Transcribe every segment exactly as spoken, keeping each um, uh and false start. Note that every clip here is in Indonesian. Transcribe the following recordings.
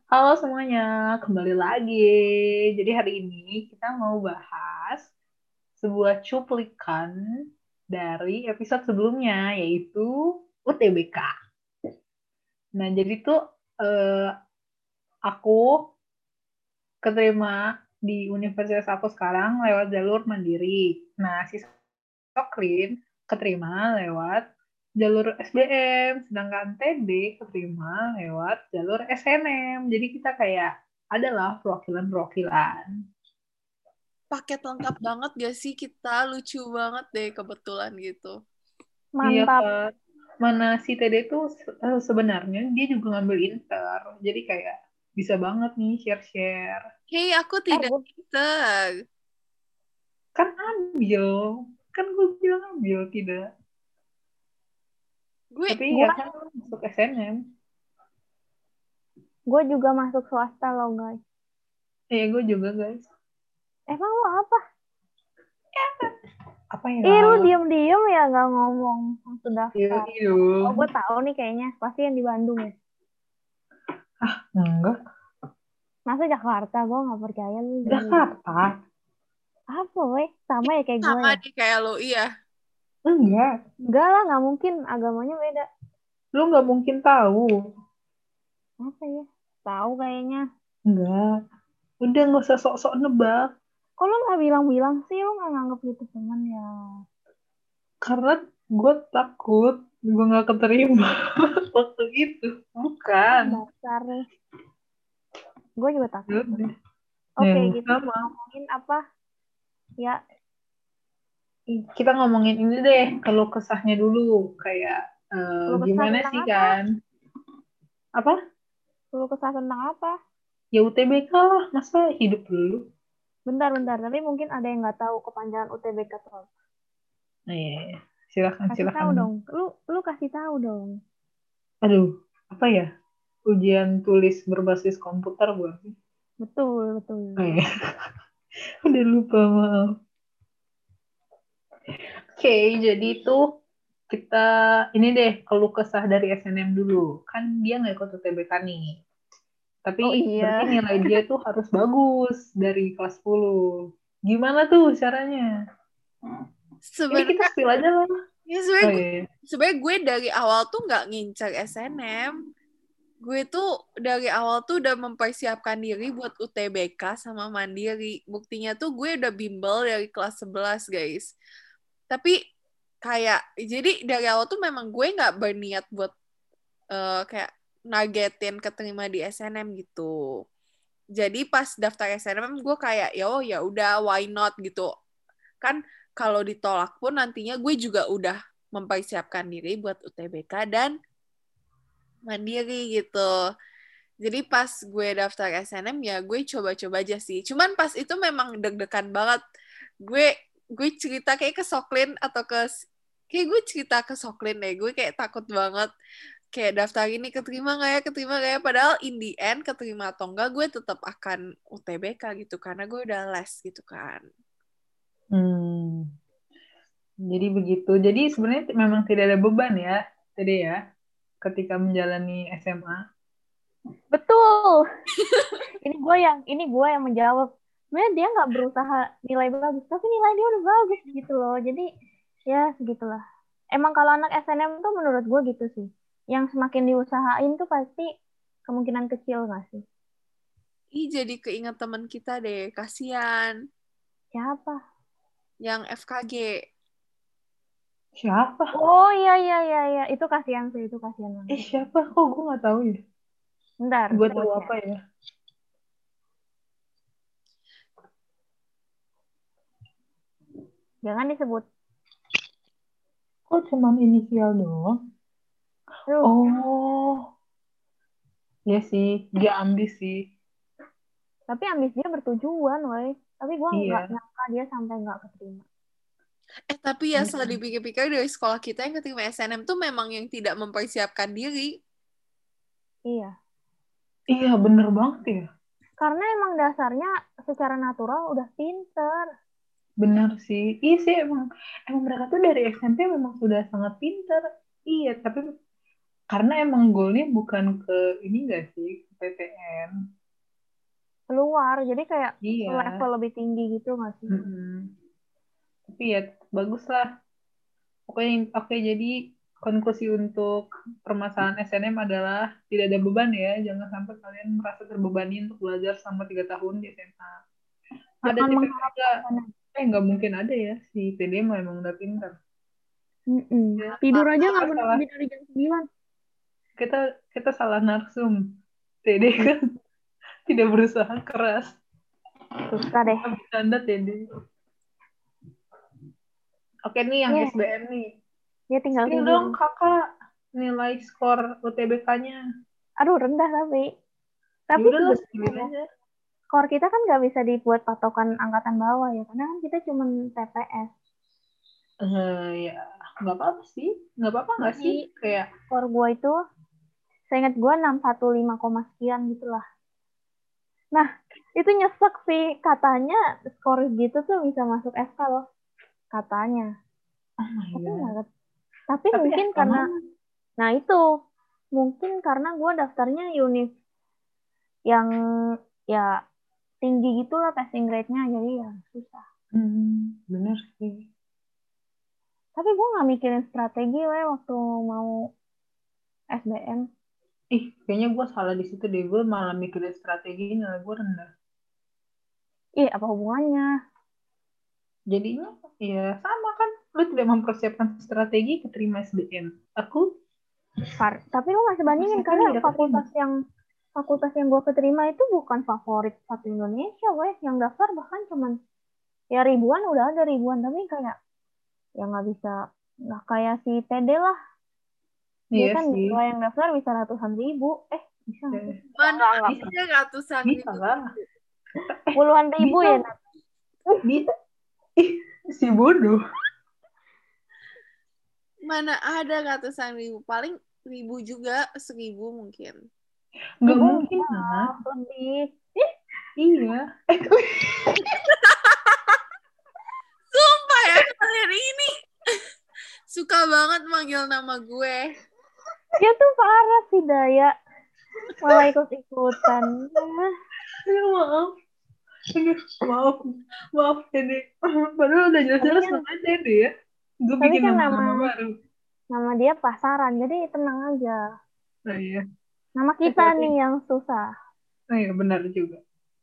Halo semuanya, kembali lagi. Jadi hari ini kita mau bahas sebuah cuplikan dari episode sebelumnya, yaitu U T B K. Nah, jadi tuh eh, aku keterima di universitas aku sekarang lewat jalur mandiri. Nah, si Sokrin keterima lewat jalur S B M, sedangkan T D keterima lewat jalur S N M. Jadi kita kayak adalah perwakilan-perwakilan. Paket lengkap banget gak sih kita? Lucu banget deh kebetulan gitu. Iya, Mantap. Kak. Mana si T D tuh se- eh, sebenarnya dia juga ngambil inter. Jadi kayak bisa banget nih share-share. Hei, aku Eh, tidak gue, pinter. Kan ambil. Kan gue bilang ambil, tidak. Gue, Tapi ya gue, kan masuk S N M. gue juga masuk swasta loh, guys. Eh, gue juga, guys. Emang lo apa? Apa Ih, lu ya? diem-diem ya nggak ngomong waktu Iya, daftar. iya. Oh, gue tahu nih kayaknya. Pasti yang di Bandung ya. Enggak. Masa Jakarta? Gue nggak percaya lu dari Jakarta. apa, weh? Sama ya kayak gue sama ya? nih kayak lo, iya. Enggak. Enggak lah, nggak mungkin. Agamanya beda. Lu nggak mungkin tahu. Apa ya? Tahu kayaknya. Enggak. Udah nggak usah sok-sok nebak. Kok lu nggak bilang-bilang sih? Lu nggak nganggap gitu teman ya? Karena gue takut gue nggak keterima waktu itu. Ah, Bukan. dasar nih. Gue juga Ya takut. udah. Oke, Yang gitu. sama. Ngomongin apa? Ya, Kita ngomongin ini deh, kalau kesahnya dulu. Kayak eh, lu kesah gimana tentang sih apa? kan? Apa? Lu kesah tentang apa? Ya U T B K lah. Masa hidup dulu? Bentar-bentar, tapi mungkin ada yang nggak tahu kepanjangan U T B K tuh apa. Nah, iya, iya. Silakan, Kasih silakan. tahu dong. Lu lu kasih tahu dong. Aduh, apa ya? Ujian tulis berbasis komputer bukan sih? Betul, Oh, betul. iya. Udah lupa, maaf. Oke, jadi itu kita ini deh keluh kesah dari S N M dulu. Kan dia nggak ikut U T B K nih. Tapi Oh berarti iya. nilai dia tuh harus bagus dari kelas sepuluh. Gimana tuh caranya? Ini kita Sebenarnya, spill aja lah. ya sebenarnya Oh gue, iya, iya. sebenarnya gue dari awal tuh nggak ngincar S N M. Gue tuh dari awal tuh udah mempersiapkan diri buat U T B K sama Mandiri. Buktinya tuh gue udah bimbel dari kelas sebelas, guys. Tapi kayak, jadi dari awal tuh memang gue nggak berniat buat eh, kayak nargetin keterima di S N M gitu. Jadi pas daftar S N M gue kayak ya oh ya udah why not gitu. Kan kalau ditolak pun nantinya gue juga udah mempersiapkan diri buat U T B K dan mandiri gitu. Jadi pas gue daftar S N M ya gue coba-coba aja sih. Cuman pas itu memang deg-degan banget. Gue gue cerita kayak ke Soklin atau ke kayak gue cerita ke Soklin deh. Gue kayak takut banget kayak daftar ini keterima nggak ya, keterima nggak ya. Padahal in the end keterima atau enggak gue tetap akan U T B K gitu karena gue udah les gitu kan. Hmm, jadi begitu. Jadi sebenarnya memang tidak ada beban ya, jadi ya, ketika menjalani S M A. Betul. Ini gue yang ini gue yang menjawab. Sebenarnya dia nggak berusaha nilai bagus, tapi nilai dia udah bagus gitu loh. Jadi ya segitulah. Emang kalau anak S N M tuh menurut gue gitu sih. Yang semakin diusahain tuh pasti kemungkinan kecil nggak sih? Ih jadi keinget teman kita deh, kasihan Siapa? yang F K G. Siapa? Oh iya iya iya iya, itu kasihan sih, itu kasihan Eh banget. siapa? Kok gue nggak tahu ya? Bentar, Gue gue tahu chat. apa ya? Jangan disebut. Kok cuman inisial doang? Aduh, Oh, ya sih, dia ambis sih. tapi ambis dia bertujuan, woi. Tapi gue nggak Iya. nyangka dia sampai nggak keterima. Eh tapi ya setelah Mm-mm. dipikir-pikir dari sekolah kita yang keterima S N M tuh memang yang tidak mempersiapkan diri. Iya. Iya, bener banget ya. Karena emang dasarnya secara natural udah pinter. Bener sih. Iya sih, emang, emang mereka tuh dari S M P memang sudah sangat pintar. Iya, tapi Karena emang goalnya bukan ke ini gak sih, ke P T N. Keluar, jadi kayak Iya. level lebih tinggi gitu nggak sih? Mm-mm. Tapi ya bagus lah. Oke, oke jadi konklusi untuk permasalahan S N M adalah tidak ada beban ya. Jangan sampai kalian merasa terbebani untuk belajar selama tiga tahun di S M A. Ada Jangan tipe mengharapkan juga. sana. Eh, nggak mungkin ada ya. Si P D mah emang udah pintar. Mm-mm. Ya, Tidur aja kita nggak pernah salah, lebih dari jam sembilan. kita kita salah narsum. T D kan tidak berusaha keras. Susah deh. Kita bercanda T D. Oke nih yang Ya, S B M nih. dia tinggal Spill tidur. dong kakak nilai skor U T B K-nya. Aduh, rendah tapi. Ya Tapi udah lu sebenarnya spillin ya, aja. skor kita kan nggak bisa dibuat patokan angkatan bawah ya, karena kan kita cuma T P S. Eh ya nggak apa-apa sih, nggak apa-apa nggak sih Jadi kayak skor gue itu, saya ingat gue enam satu lima koma sekian gitu lah. Nah, itu nyesek sih. Katanya skor gitu tuh bisa masuk F K loh. Katanya. oh my Tapi god. nggak. Tapi Tapi mungkin F K karena, mana? nah itu, mungkin karena gue daftarnya univ yang ya tinggi gitu lah passing grade-nya, jadi ya susah. Hmm, bener sih. Tapi gue nggak mikirin strategi weh waktu mau S B M. Ih, kayaknya gue salah di situ deh. Gue malah mikirin strategi nilai gue rendah. Ih, apa hubungannya? Jadinya ya sama kan. Lu tidak mempersiapkan strategi keterima S B M. Aku Far. Tapi lu masih bandingin persiapan karena tidak keterima. fakultas yang fakultas yang gue keterima itu bukan favorit satu Indonesia weh. Yang daftar bahkan cuman ya ribuan, udah ada ribuan, tapi kayak ya nggak bisa, nggak kayak si T D lah. Dia Iya kan sih. kalau yang daftar bisa ratusan ribu. Eh, bisa nggak sih? Eh, Mana Nggak, nggak. bisa, ada ratusan bisa ribu. lah. Eh, Puluhan ribu bisa, ya, Nat? bisa. Ih, si bodoh. Mana ada ratusan ribu. Paling ribu juga, seribu mungkin. Nggak Ribu mungkin enggak, lah. lebih. Ih, Iya. Eh, Sumpah ya kalian ini suka banget manggil nama gue. dia tuh parah sih Daya. Malah ikut-ikutan. Nah, ya maaf. Aduh, maaf. Maaf, Dede. Padahal udah tapi jelas-jelas kan, namanya Dede ya. Gue tapi bikin kan nama nama-nama baru. nama dia pasaran, jadi tenang aja. Nah, iya. Nama Eh, kita tapi, nih yang susah. nah, iya, benar juga.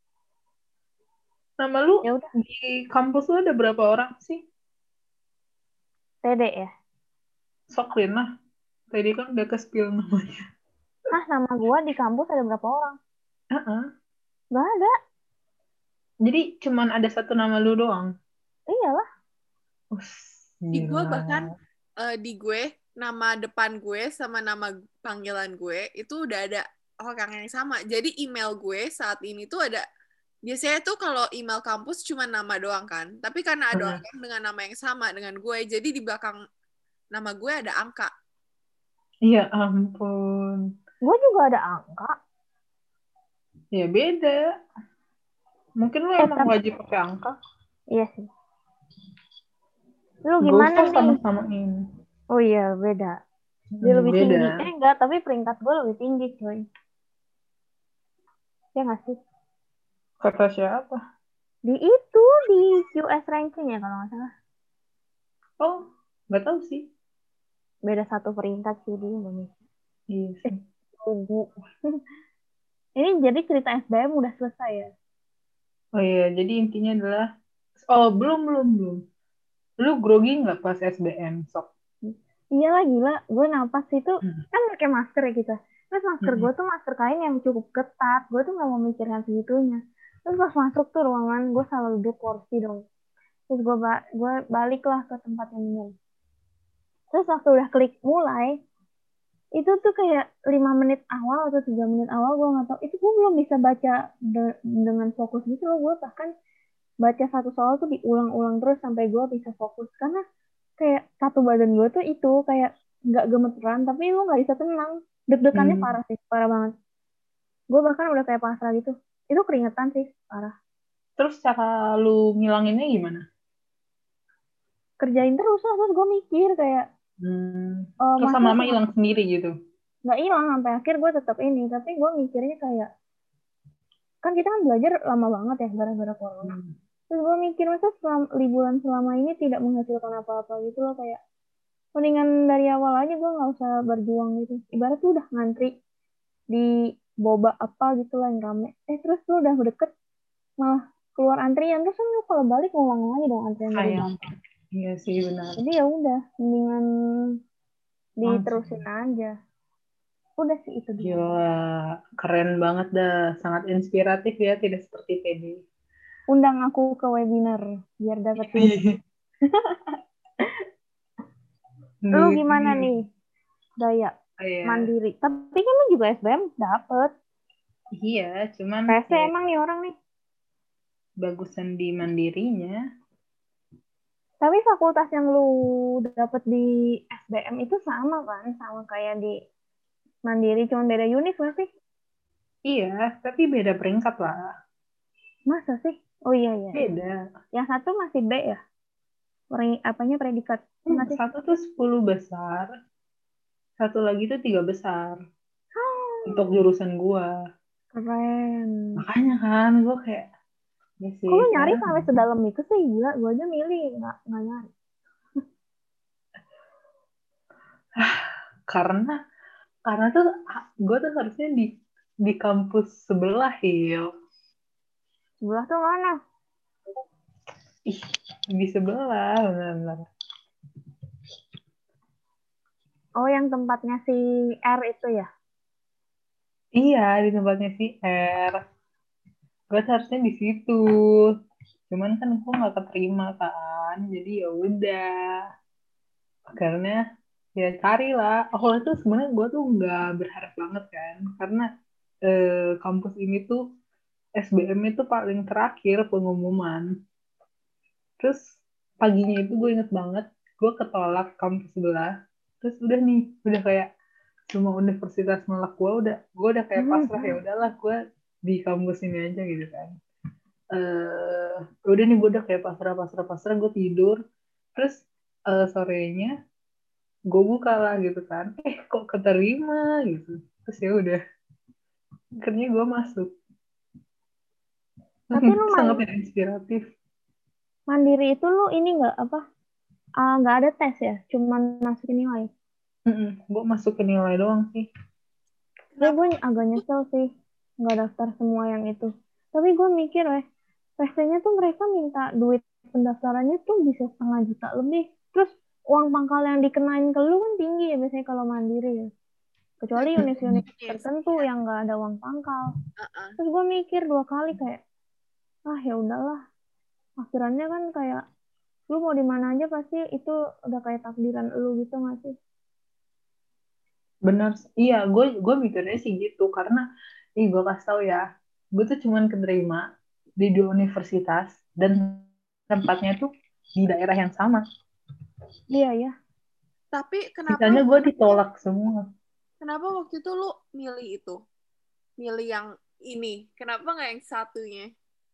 Nama lu Ya udah, di kampus lu ada berapa orang sih? T D ya. Soklin lah. Tadi kan udah ke-spill namanya. Hah, nama gua di kampus ada berapa orang? Heeh. Gak ada. Jadi cuman ada satu nama lu doang. Iyalah. Us, Di gue gila. bahkan eh, di gue nama depan gue sama nama panggilan gue itu udah ada orang yang sama. Jadi email gue saat ini tuh ada, biasanya tuh kalau email kampus cuma nama doang kan. Tapi karena ada Heeh. orang dengan nama yang sama dengan gue, jadi di belakang nama gue ada angka. Ya ampun. Gue juga ada angka. Ya beda. Mungkin lu Eh, emang tapi wajib pakai angka. iya sih. Lu Gak gimana usah nih? sama-samain. Oh iya, beda. Dia Hmm, lebih beda. tinggi. Eh enggak, tapi peringkat gue lebih tinggi, coy. Ya nggak sih? Kata siapa? Di itu, di Q S ranking ya kalau nggak salah. Oh, nggak tahu sih. Beda satu peringkat sih di Indonesia. Iya Eh, sih. tunggu. Ini jadi cerita S B M udah selesai ya? Oh iya, jadi intinya adalah oh belum belum belum. Lu grogi nggak pas S B M sok? Iya lah, gila. Gue napas itu Hmm. kan pakai masker ya kita. Terus masker Hmm. gue tuh masker kain yang cukup ketat. Gue tuh nggak mau mikirkan segitunya. Terus pas masuk tuh ruangan, gue salah duduk kursi dong. Terus gue ba- gue balik lah ke tempat yang minum. Terus waktu udah klik mulai, itu tuh kayak lima menit awal atau tiga menit awal gue nggak tahu. Itu gue belum bisa baca de- dengan fokus gitu loh. Gue bahkan baca satu soal tuh diulang-ulang terus sampai gue bisa fokus. Karena kayak satu badan gue tuh itu kayak nggak gemeteran, tapi lu nggak bisa tenang. Deg-degannya Hmm. parah sih, parah banget. Gue bahkan udah kayak pasrah gitu. Itu keringetan sih, parah. Terus cara lu ngilanginnya gimana? Kerjain terus lah, terus gue mikir kayak, Hmm. oh, Terus masa lama-lama cuma, hilang sendiri gitu. nggak hilang sampai akhir gue tetap ini. Tapi gue mikirnya kayak kan kita kan belajar lama banget ya gara-gara corona. Hmm. Terus gue mikir masa selama, liburan selama ini tidak menghasilkan apa-apa gitu loh, kayak mendingan dari awal aja gue nggak usah berjuang gitu. Ibarat tuh udah ngantri di boba apa gitu lah yang rame. Eh terus lu udah deket malah keluar antrian, terus kan lu kalau balik ngulang lagi dong antrian dari Sayang. belakang. Iya sih benar. Jadi ya udah mendingan Langsung. diterusin aja. Udah sih itu dia. Gila, keren banget dah. Sangat inspiratif ya, tidak seperti P D. Undang aku ke webinar biar dapat tips. Lu gimana nih gaya Iya. mandiri? Tapi kan lu juga S B M dapet. Iya, cuman Rese ya, emang nih orang nih. bagusan di mandirinya. Tapi fakultas yang lu dapet di S B M itu sama kan? Sama kayak di mandiri, cuma beda univ gak sih? Iya, tapi beda peringkat lah. Masa sih? Oh iya iya. Beda. Yang satu masih B ya? Peri- apanya predikat? Hmm, Enggak sih? satu tuh sepuluh besar, satu lagi tuh tiga besar untuk jurusan gua. Keren. Makanya kan gua kayak, ya sih, Kok lu nyari sayang. sampai sedalam itu sih? Gila, gue aja milih. Nggak, nggak nyari. Karena, karena tuh gua tuh harusnya di di kampus sebelah, Hil. Sebelah tuh mana? Ih, di sebelah, benar-benar. Oh, yang tempatnya si R itu ya? Iya, di tempatnya si R. Gue harusnya di situ. Cuman kan gue nggak keterima kan. Jadi ya udah. Karena ya carilah. Awalnya tuh sebenarnya gue tuh nggak berharap banget kan. Karena eh, kampus ini tuh S B M itu paling terakhir pengumuman. Terus paginya itu gue inget banget. Gue ketolak kampus sebelah. Terus udah nih, udah kayak semua universitas nolak gue, udah gue udah kayak pasrah, ya udahlah gue di kampus ini aja gitu kan. Eh udah nih gue udah kayak pasrah pasrah pasrah, gue tidur. Terus eh, sorenya gue buka lah gitu kan, eh kok keterima gitu. Terus ya udah, akhirnya gue masuk. Tapi lu Sangat man- inspiratif. mandiri itu lu ini nggak apa? Ah, nggak ada tes ya? Cuman masukin nilai. Gue masuk ke nilai doang sih. Tapi Kenapa? gue agak nyesel sih. Nggak daftar semua yang itu. Tapi gue mikir eh, tesnya tuh mereka minta duit pendaftarannya tuh bisa setengah juta lebih. Terus uang pangkal yang dikenain ke lu kan tinggi ya biasanya kalau mandiri ya. Kecuali univ-univ Yes, tertentu iya. yang nggak ada uang pangkal. Uh-uh. Terus gue mikir dua kali kayak, ah ya udahlah. Akhirannya kan kayak lu mau di mana aja pasti itu udah kayak takdiran lu gitu nggak sih? Bener, iya, gue gue mikirnya sih gitu karena, ih gue kasih tau ya, gue tuh cuman keterima di dua universitas dan tempatnya tuh di daerah yang sama. Iya ya. Tapi kenapa Sisanya gue ditolak semua. kenapa waktu itu lu milih itu? Milih yang ini. Kenapa nggak yang satunya?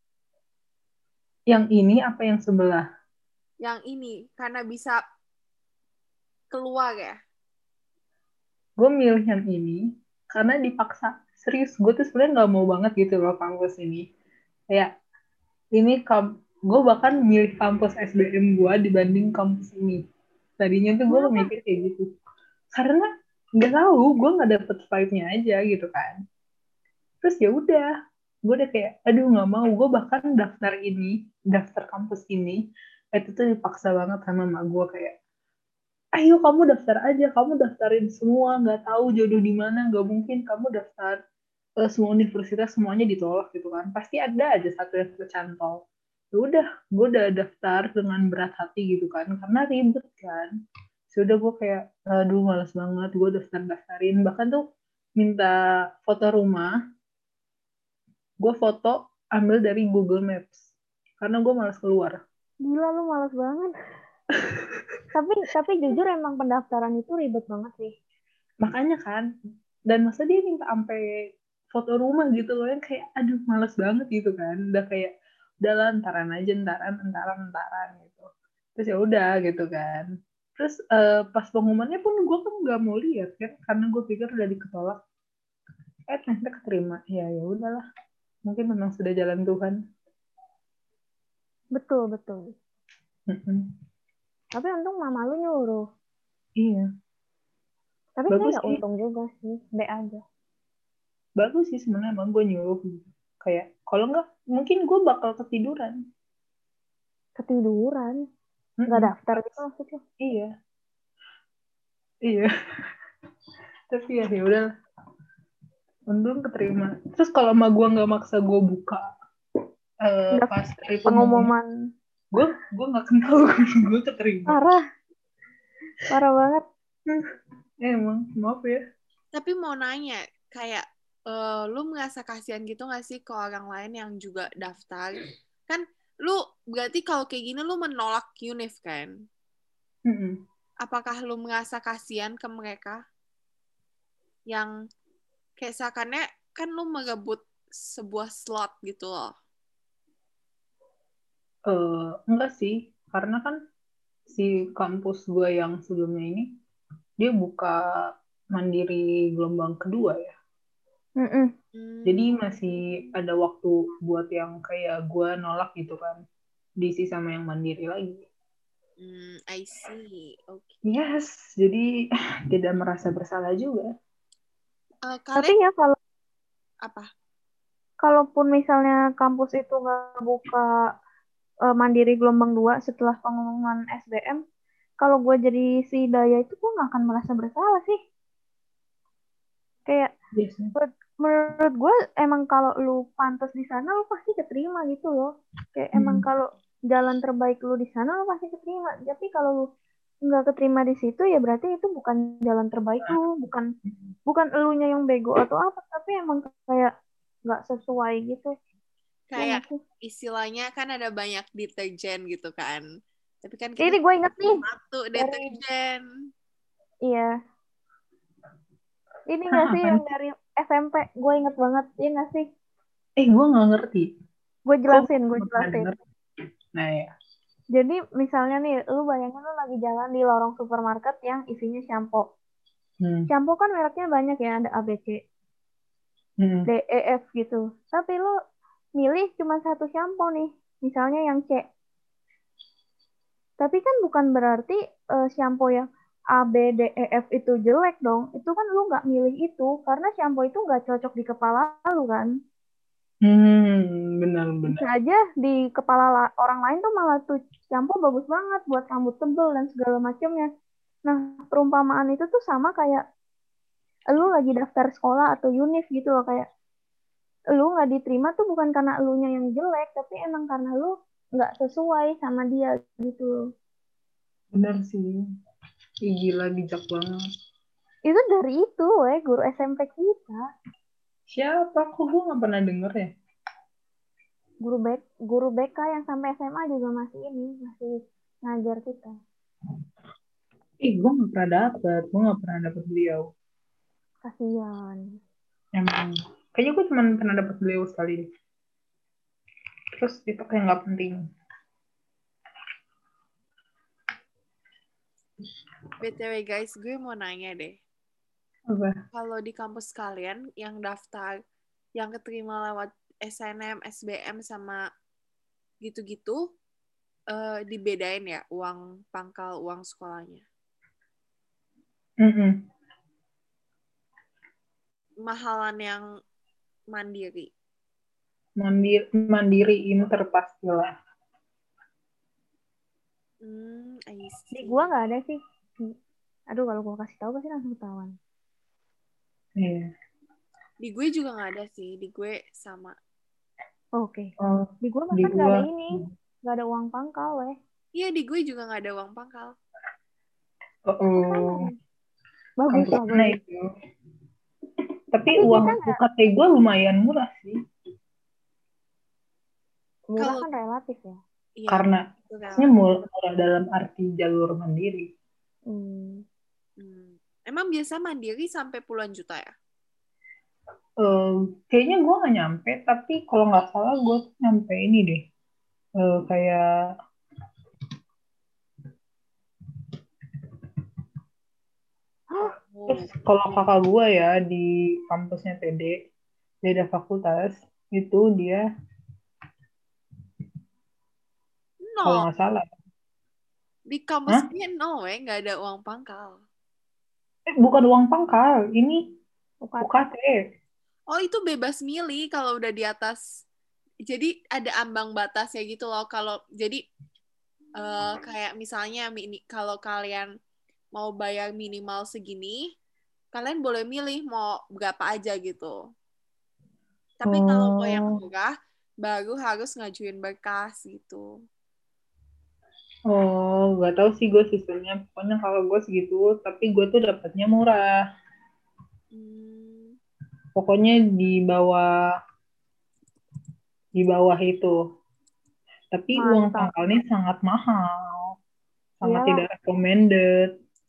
Yang ini apa yang sebelah? Yang ini karena bisa keluar ya. Gue milih yang ini karena dipaksa. Serius, gue tuh sebenarnya nggak mau banget gitu loh kampus ini. Kayak ini kam gue bahkan milih kampus S B M gue dibanding kampus ini. Tadinya tuh gue Kenapa? mikir kayak gitu. Karena nggak tahu, gue nggak dapet vibe-nya aja gitu kan. Terus ya udah, gue udah kayak, aduh nggak mau. Gue bahkan daftar ini, daftar kampus ini, itu tuh dipaksa banget sama mak gue kayak, ayo kamu daftar aja, kamu daftarin semua, nggak tahu jodoh di mana, nggak mungkin kamu daftar eh, semua universitas semuanya ditolak gitu kan. Pasti ada aja satu yang kecantol. Ya udah, gue udah daftar dengan berat hati gitu kan, karena ribet kan. Sudah gue kayak, aduh males banget, gue daftar-daftarin. Bahkan tuh minta foto rumah, gue foto ambil dari Google Maps. Karena gue males keluar. Gila lu malas banget. tapi tapi jujur emang pendaftaran itu ribet banget sih. Makanya kan, dan masa dia minta sampai foto rumah gitu loh, yang kayak, aduh males banget gitu kan. Udah kayak, udah lah, entaran aja, entaran, entaran, entaran gitu. Terus ya udah gitu kan. Terus uh, pas pengumumannya pun gue kan nggak mau lihat kan, karena gue pikir udah diketolak. Eh ternyata keterima. Ya ya udahlah. Mungkin memang sudah jalan Tuhan. Betul, betul. Mm-mm. Tapi untung mama lu nyuruh. Iya. Tapi Bagus saya nggak sih. untung juga sih. B aja. Bagus sih sebenarnya, emang gue nyuruh gitu. Kayak kalau nggak mungkin gue bakal ketiduran. Ketiduran. Nggak Mm-mm. daftar gitu maksudnya. Iya. Iya. Tapi ya ya udah. Untung keterima. Terus kalau sama gue nggak maksa gue buka uh, Nggak pas hari pengumuman, pengumuman. gue gue nggak kenal gue keterima. Parah. Parah banget. Ya, emang maaf ya. Tapi mau nanya, kayak uh, lu merasa kasihan gitu gak sih ke orang lain yang juga daftar? Kan lu berarti kalau kayak gini lu menolak UNIF kan? Mm-mm. Apakah lu merasa kasihan ke mereka yang kayak seakannya kan lu merebut sebuah slot gitu loh? Uh, enggak sih, karena kan si kampus gue yang sebelumnya ini dia buka mandiri gelombang kedua ya. Mm-mm. Hmm. Jadi masih ada waktu buat yang kayak gue nolak gitu kan. Diisi sama yang mandiri lagi. Hmm, I see. Oke. Okay. Yes, jadi tidak merasa bersalah juga. Uh, Tapi kalian ya kalau apa? kalaupun misalnya kampus itu nggak buka uh, mandiri gelombang dua setelah pengumuman S B M, kalau gue jadi si Daya itu gue nggak akan merasa bersalah sih. Kayak Yes. menurut, menurut gue emang kalau lu pantas di sana lu pasti keterima gitu loh. Kayak Hmm. emang kalau jalan terbaik lu di sana lu pasti keterima. Tapi kalau lu nggak keterima di situ ya berarti itu bukan jalan terbaik lu, bukan bukan elunya yang bego atau apa, tapi emang kayak nggak sesuai gitu. Kayak Ya, istilahnya kan ada banyak deterjen gitu kan. Tapi kan ini kita gue inget nih satu dari deterjen. iya ini Hah, nggak sih apaan yang sih? dari S M P gue inget banget, iya nggak sih? Eh, gue nggak ngerti. Gue Oh, jelasin, gue gue pernah jelasin. denger. Nah ya. Jadi misalnya nih, lu bayangin lu lagi jalan di lorong supermarket yang isinya shampoo. Hmm. Shampoo kan mereknya banyak ya, ada A, B, C, Hmm. D, E, F gitu. Tapi lu milih cuma satu shampoo nih, misalnya yang C. Tapi kan bukan berarti uh, shampoo yang A, B, D, E, F itu jelek dong. Itu kan lu nggak milih itu, karena shampoo itu nggak cocok di kepala lu kan. Hmm, benar-benar. Bisa aja di kepala la- orang lain tuh malah tuh shampoo bagus banget buat rambut tebal dan segala macamnya. Nah, perumpamaan itu tuh sama kayak lu lagi daftar sekolah atau univ gitu loh, kayak lu nggak diterima tuh bukan karena elunya yang jelek, tapi emang karena lu nggak sesuai sama dia gitu loh. Benar sih. Ih, gila, bijak banget. Itu dari itu, weh, guru S M P kita. Siapa? Kok gue nggak pernah denger ya? Guru B, guru B K yang sampai S M A juga masih ini, masih ngajar kita. Ih, gue nggak pernah dapet. Gue nggak pernah dapet beliau. Kasihan. Emang. Kayaknya gue cuma pernah dapet beliau sekali. Terus itu kayak nggak penting. B T W guys, gue mau nanya deh. Apa? Kalau di kampus kalian yang daftar, yang keterima lewat S N M, S B M sama gitu-gitu, uh, dibedain ya uang pangkal, uang sekolahnya. Mm-mm. Mahalan yang mandiri. Mandiri, mandiri inter pastilah. Hmm, I see. Di gua nggak ada sih. Aduh, kalau gua kasih tahu pasti langsung ketahuan. Iya. Di gue juga nggak ada sih, di gue sama. Oke. Oh, Di gua di bahkan nggak gua. ada ini, nggak ada uang pangkal, weh. Iya, di gue juga nggak ada uang pangkal. Oh, oh. Bagus, Kampus mana bagus. itu? Tapi, Tapi uang kita nggak, U K T gue lumayan murah sih. murah Kalau kan relatif ya. iya, Karena itu maksudnya relatif. murah dalam arti jalur mandiri. Hmm. Hmm. Emang biasa mandiri sampai puluhan juta ya? Uh, kayaknya gue nggak nyampe, tapi kalau nggak salah gue tuh nyampe ini deh. Uh, kayak Terus kalau kakak gue ya di kampusnya T D, beda fakultas, itu dia kalau No, nggak salah. di kampus Hah? ini no eh nggak ada uang pangkal. Eh, bukan uang pangkal, ini U K T. U K T. Oh itu bebas milih kalau udah di atas. Jadi ada ambang batasnya gitu loh. Kalau jadi eh, kayak misalnya mini, kalau kalian mau bayar minimal segini, kalian boleh milih mau berapa aja gitu. Tapi kalau mau yang Oh, murah, baru harus ngajuin berkas gitu. oh, nggak tahu sih gue sistemnya. Pokoknya kalau gue segitu, tapi gue tuh dapatnya murah. Hmm, Pokoknya di bawah di bawah itu. Tapi uang Mantap. pangkalnya sangat mahal, sangat Iyalah. tidak recommended.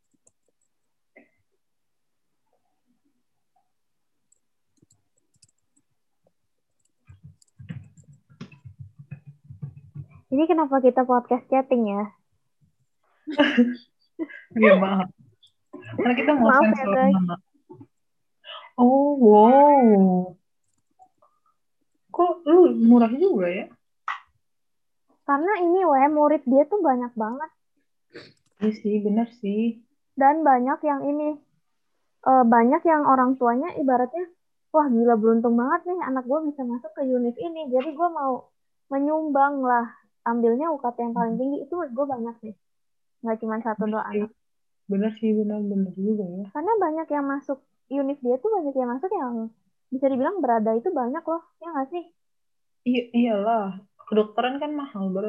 Ini kenapa kita podcast chatting ya? Ya maaf, karena kita mau Maaf ya sensor guys. nama. Oh, wow. Kok lu murah juga ya? Karena ini weh, murid dia tuh banyak banget. Iya sih, benar sih. Dan banyak yang ini, eh, banyak yang orang tuanya ibaratnya, wah gila beruntung banget nih anak gue bisa masuk ke univ ini. Jadi gue mau menyumbang lah. Ambilnya U K T yang paling tinggi. Itu menurut gue banyak sih. Nggak cuma satu Benar dua sih, anak. benar sih, benar-benar juga ya. Karena banyak yang masuk univ dia tuh banyak yang masuk yang bisa dibilang berada itu banyak loh. Ya nggak sih? Iya, iyalah. Kedokteran kan mahal, bro.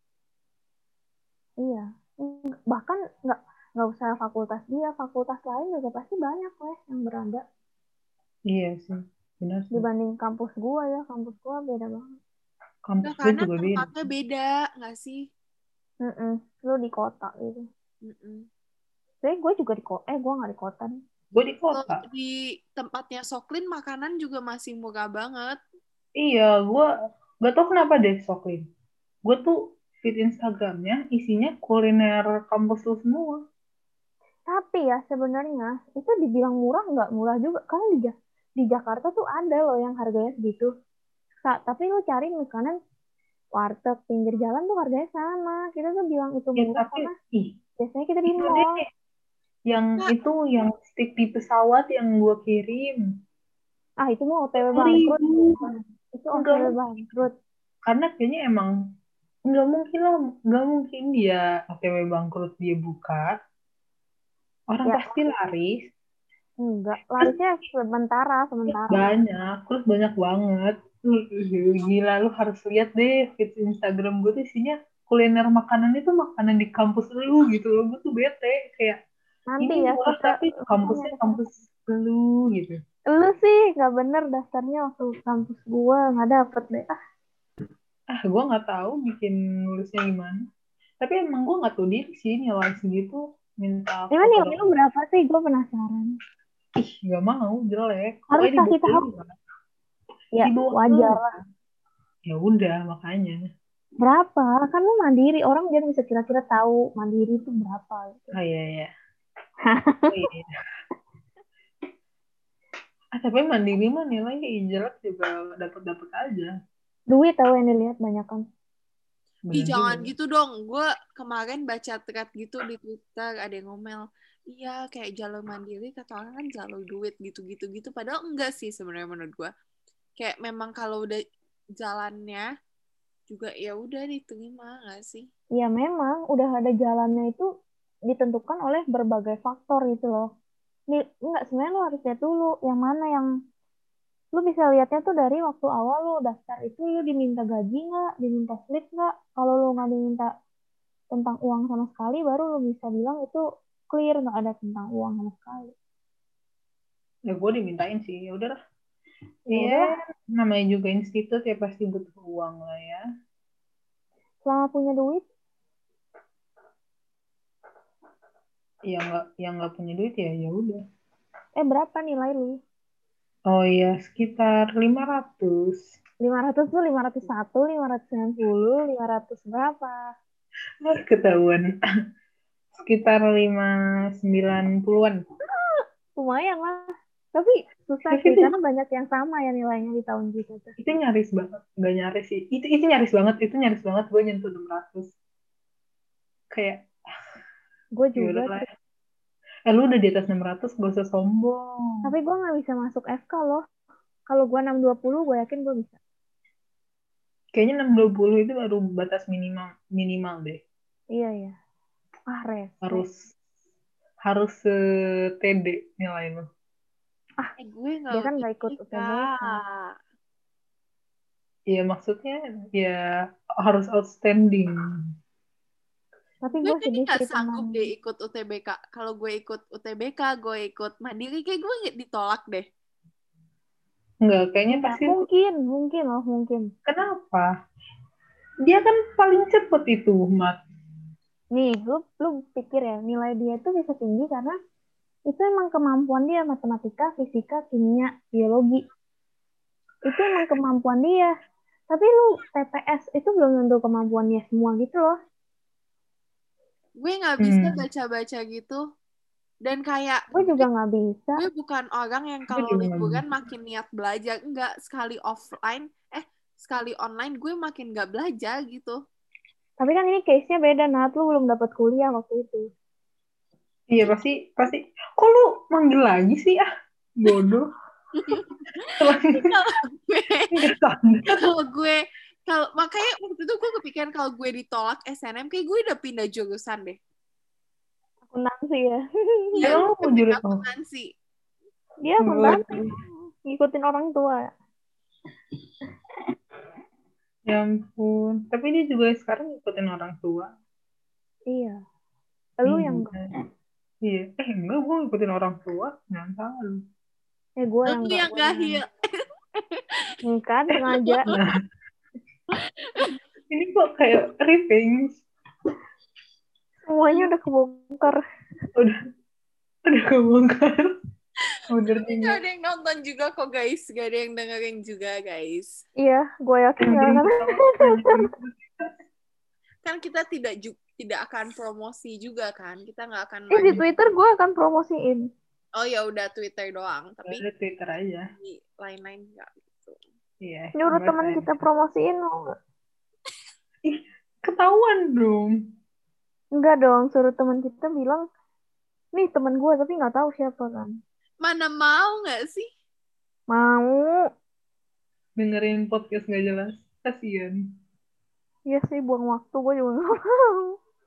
Iya. Bahkan nggak nggak usah fakultas dia, fakultas lain juga pasti banyak weh yang berada. Iya sih, benar sih. Dibanding kampus gua ya, kampus gua beda banget. Kampus Nggak, gue karena juga beda. tempatnya beda, nggak sih? Mm-mm. Lu di kota gitu. Mm-mm. Tapi gue juga di kota, eh gue nggak di kota nih. Gue di Kalau kota. di tempatnya Soklin makanan juga masih murah banget. Iya, gue gak tau kenapa deh, Soklin. Gue tuh feed Instagramnya isinya kuliner kampus lu semua. Tapi ya sebenarnya itu dibilang murah nggak murah juga. Karena di, Ja- di Jakarta tuh ada loh yang harganya segitu. Sa- tapi lu cari makanan warteg pinggir jalan tuh harganya sama. Kita tuh bilang itu Ya murah tapi, karena ih, biasanya kita di itu deh mall. yang Nggak, itu yang stick di pesawat yang gue kirim. Ah itu mah O T W Sepuluh bangkrut. ribu. Itu Enggak O T W mungkin. bangkrut. Karena kayaknya emang nggak mungkin lah, nggak mungkin dia O T W bangkrut dia buka. Orang Ya pasti laris. enggak. Terus Larisnya sementara, sementara. banyak, terus banyak banget. Ih, gila, lu harus lihat deh feed Instagram gue tuh isinya kuliner makanan itu makanan di kampus lu gitu loh. Gue tuh bete kayak Nanti ini ya murah kita tapi makanya kampusnya ke sana. kampus lu gitu. Lu sih nggak bener daftarnya waktu kampus gua nggak dapet deh. Ah, Ah, gue nggak tahu bikin nulisnya gimana. Tapi emang gue nggak tahu diri sih nilai segitu minta emang foto nilai lu doang. berapa sih? Gue penasaran. Ih, nggak mau, jelek. Harus Pokoknya di kasih bawah tahu. lima. Ya Di bawah wajar lima. lah. Ya udah, makanya. Berapa? Kan lu mandiri. Orang jadi bisa kira-kira tahu mandiri itu berapa gitu. Oh iya, iya. Oh iya, iya. Ah, tapi mandiri mah nilainya jelek juga dapat-dapat aja. Duit tahu yang dilihat banyak kan. Ih, Bener juga jangan ya. gitu dong. Gue kemarin baca thread gitu di Twitter, ada yang ngomel, iya kayak jalur mandiri, kata orang kan jalur duit gitu-gitu gitu. Padahal enggak sih sebenarnya menurut gue. Kayak memang kalau udah jalannya juga ya udah diterima nggak sih? Ya memang udah ada jalannya itu ditentukan oleh berbagai faktor gitu loh. Nih, enggak sebenarnya lu harus lihat dulu yang mana yang lu bisa lihatnya tuh dari waktu awal lu daftar itu lu diminta gaji nggak, diminta slip nggak. Kalau lu nggak diminta tentang uang sama sekali, baru lu bisa bilang itu clear nggak ada tentang uang sama sekali. Ya gue dimintain sih, ya udahlah. Ya Iya, udahlah, namanya juga institut ya pasti butuh uang lah ya. selama punya duit, Yang nggak yang nggak punya duit ya ya udah. eh berapa nilai lu? Oh iya, sekitar lima ratus. lima ratus tuh lima ratus satu, lima ratus sembilan puluh, lima ratus berapa? Ah, ketahuan. sekitar lima sembilan puluhan. Lumayan lah. Tapi susah Tapi sih, itu, karena banyak yang sama ya nilainya di tahun kita tuh. itu nyaris banget. Nggak nyaris sih. Itu, itu nyaris banget. Itu nyaris banget gue nyentuh enam ratus. Kayak, Gue ya juga, udahlah. Tri. Eh, lu udah di atas enam ratus, gak usah sombong. Tapi gue nggak bisa masuk F K loh. Kalau gue enam dua puluh, gue yakin gue bisa. Kayaknya enam dua puluh itu baru batas minimal minimal deh. Iya, iya. Ah, res. Harus harus se-T D nilai lu. Ah, Eh, gue nggak dia kan nggak ikut U T B K. U T B K. Iya maksudnya ya harus outstanding. Tapi Gue gue kayaknya sedih nggak sih sanggup teman. deh ikut U T B K. Kalau gue ikut U T B K, gue ikut mandiri, kayak gue nggak ditolak deh. Enggak, kayaknya Enggak, pasti. mungkin, mungkin loh, mungkin. Kenapa? Dia kan paling cepet itu, Mat. Nih, lu, lu pikir ya, nilai dia itu bisa tinggi karena itu emang kemampuan dia matematika, fisika, kimia, biologi. Itu emang kemampuan dia. Tapi lu T P S itu belum tentu kemampuan dia semua gitu loh. Gue nggak bisa Hmm. baca-baca gitu. Dan kayak Gue juga nggak bisa. gue bukan orang yang Gue kalau juga nggak liburan bisa. makin niat belajar. Enggak, sekali offline, eh sekali online gue makin nggak belajar gitu. Tapi kan ini case-nya beda, Nat. Lu belum dapat kuliah waktu itu. Iya pasti pasti. Kok lu manggil lagi sih ah? Bodoh. Kalau gue Nggak sadar. kalau gue kalau makanya waktu itu gue kepikiran kalau gue ditolak S N M kayak gue udah pindah jurusan deh. Akuntansi ya. Iya, Emang lu gue mau pindah jurus apa? akuntansi. Dia akuntansi. Ngikutin orang tua. Ya ampun. Tapi dia juga sekarang ngikutin orang tua. Iya. Lu Iya. yang enggak. Iya. Eh enggak, gue ngikutin orang tua. Jangan salah lu. Eh, gue yang Lu enggak. yang Gue gak yang hil. kan sengaja. Nah, ini kok kayak revenge. Semuanya udah kebongkar. Udah, udah kebongkar. Udah Tapi gak ada yang nonton juga kok guys. Gak ada yang dengerin juga guys. Iya, gue yakin yang gak belum akan. ketahuan. Kan kita tidak ju- tidak akan promosi juga kan. Kita nggak akan Eh, di maju. Twitter gue akan promosiin. Oh ya udah Twitter doang. Tapi Ada Twitter aja. di lain-lain nggak gitu. Iya. Nyuruh nggak teman saya. kita promosiin mau nggak? Ih, ketahuan dong. Enggak dong, suruh teman kita bilang, nih teman gue tapi nggak tahu siapa kan. Mana mau nggak sih? Mau. Dengerin podcast gak jelas. Kasian. Iya sih, buang waktu gue juga nggak mau.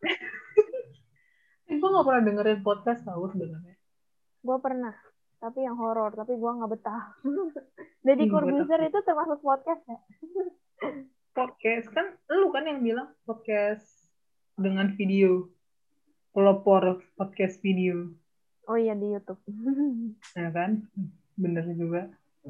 Eh, gue gak pernah dengerin podcast tau sebenarnya. Gue pernah, tapi yang horor, tapi gue nggak betah. Deddy Ih, gue Corbuzier takut. itu termasuk podcast ya? Podcast kan lu kan yang bilang podcast dengan video. Pelopor podcast video. Oh iya, di YouTube. Ya kan? Bener juga.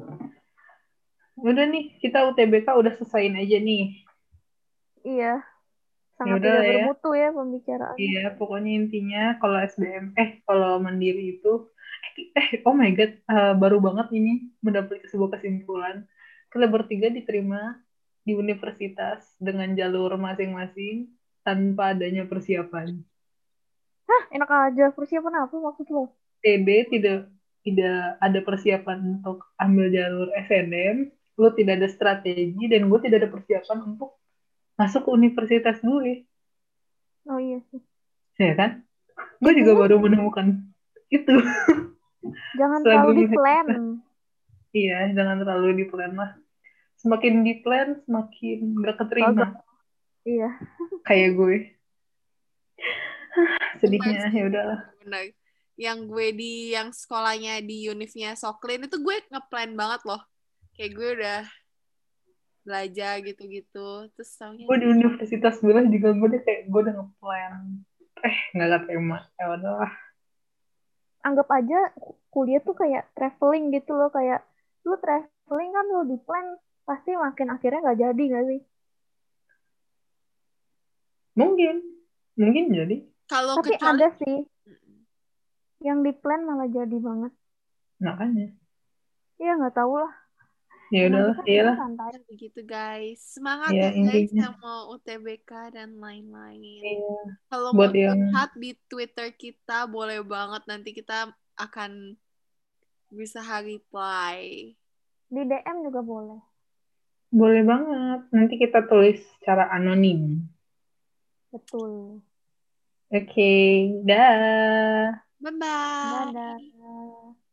Udah nih, kita U T B K udah selesaiin aja nih. Iya, Ya sangat udah tidak lah ya. bermutu ya pembicaraannya. Iya, pokoknya intinya kalau S B M, eh kalau mandiri itu, eh oh my god, eh, baru banget ini mendapat sebuah kesimpulan. Kita bertiga diterima di universitas dengan jalur masing-masing tanpa adanya persiapan. Hah, enak aja. Persiapan apa maksud lo? T B tidak tidak ada persiapan untuk ambil jalur S N M, lu tidak ada strategi dan gue tidak ada persiapan untuk masuk ke universitas gue, Oh iya sih. ya kan? Gue juga Intinya baru menemukan itu. jangan Setelah terlalu gue di ngisi- plan. Iya, jangan terlalu di plan lah. Semakin di plan, semakin gak keterima. Gagal. Iya. Kayak gue. Benar Sedihnya, sih, ya udahlah. benar. Yang gue di yang sekolahnya di univnya Soklin itu gue ngeplan banget loh. Kayak gue udah belajar gitu-gitu. Terus taunya Gue di universitas gue juga gue udah kayak gue udah ngeplan. Eh, gak keterima. Ya udahlah. Anggap aja kuliah tuh kayak traveling gitu loh. Kayak lu traveling kan lu di plan, pasti makin akhirnya nggak jadi nggak sih? Mungkin. Mungkin jadi. kalau Tapi kecuali ada sih yang di plan malah jadi banget. Makanya. Iya nggak tahu lah. Ya Emang udahlah, kita kerja iyalah. santai. Begitu guys. Semangat Ya ya guys intinya. yang mau U T B K dan lain-lain. Iya. Kalau mau Buat yang curhat di Twitter kita boleh banget, nanti kita akan bisa reply. Di D M juga boleh. boleh banget. Nanti kita tulis secara anonim. Betul. Oke, dah. Bye bye. Dadah.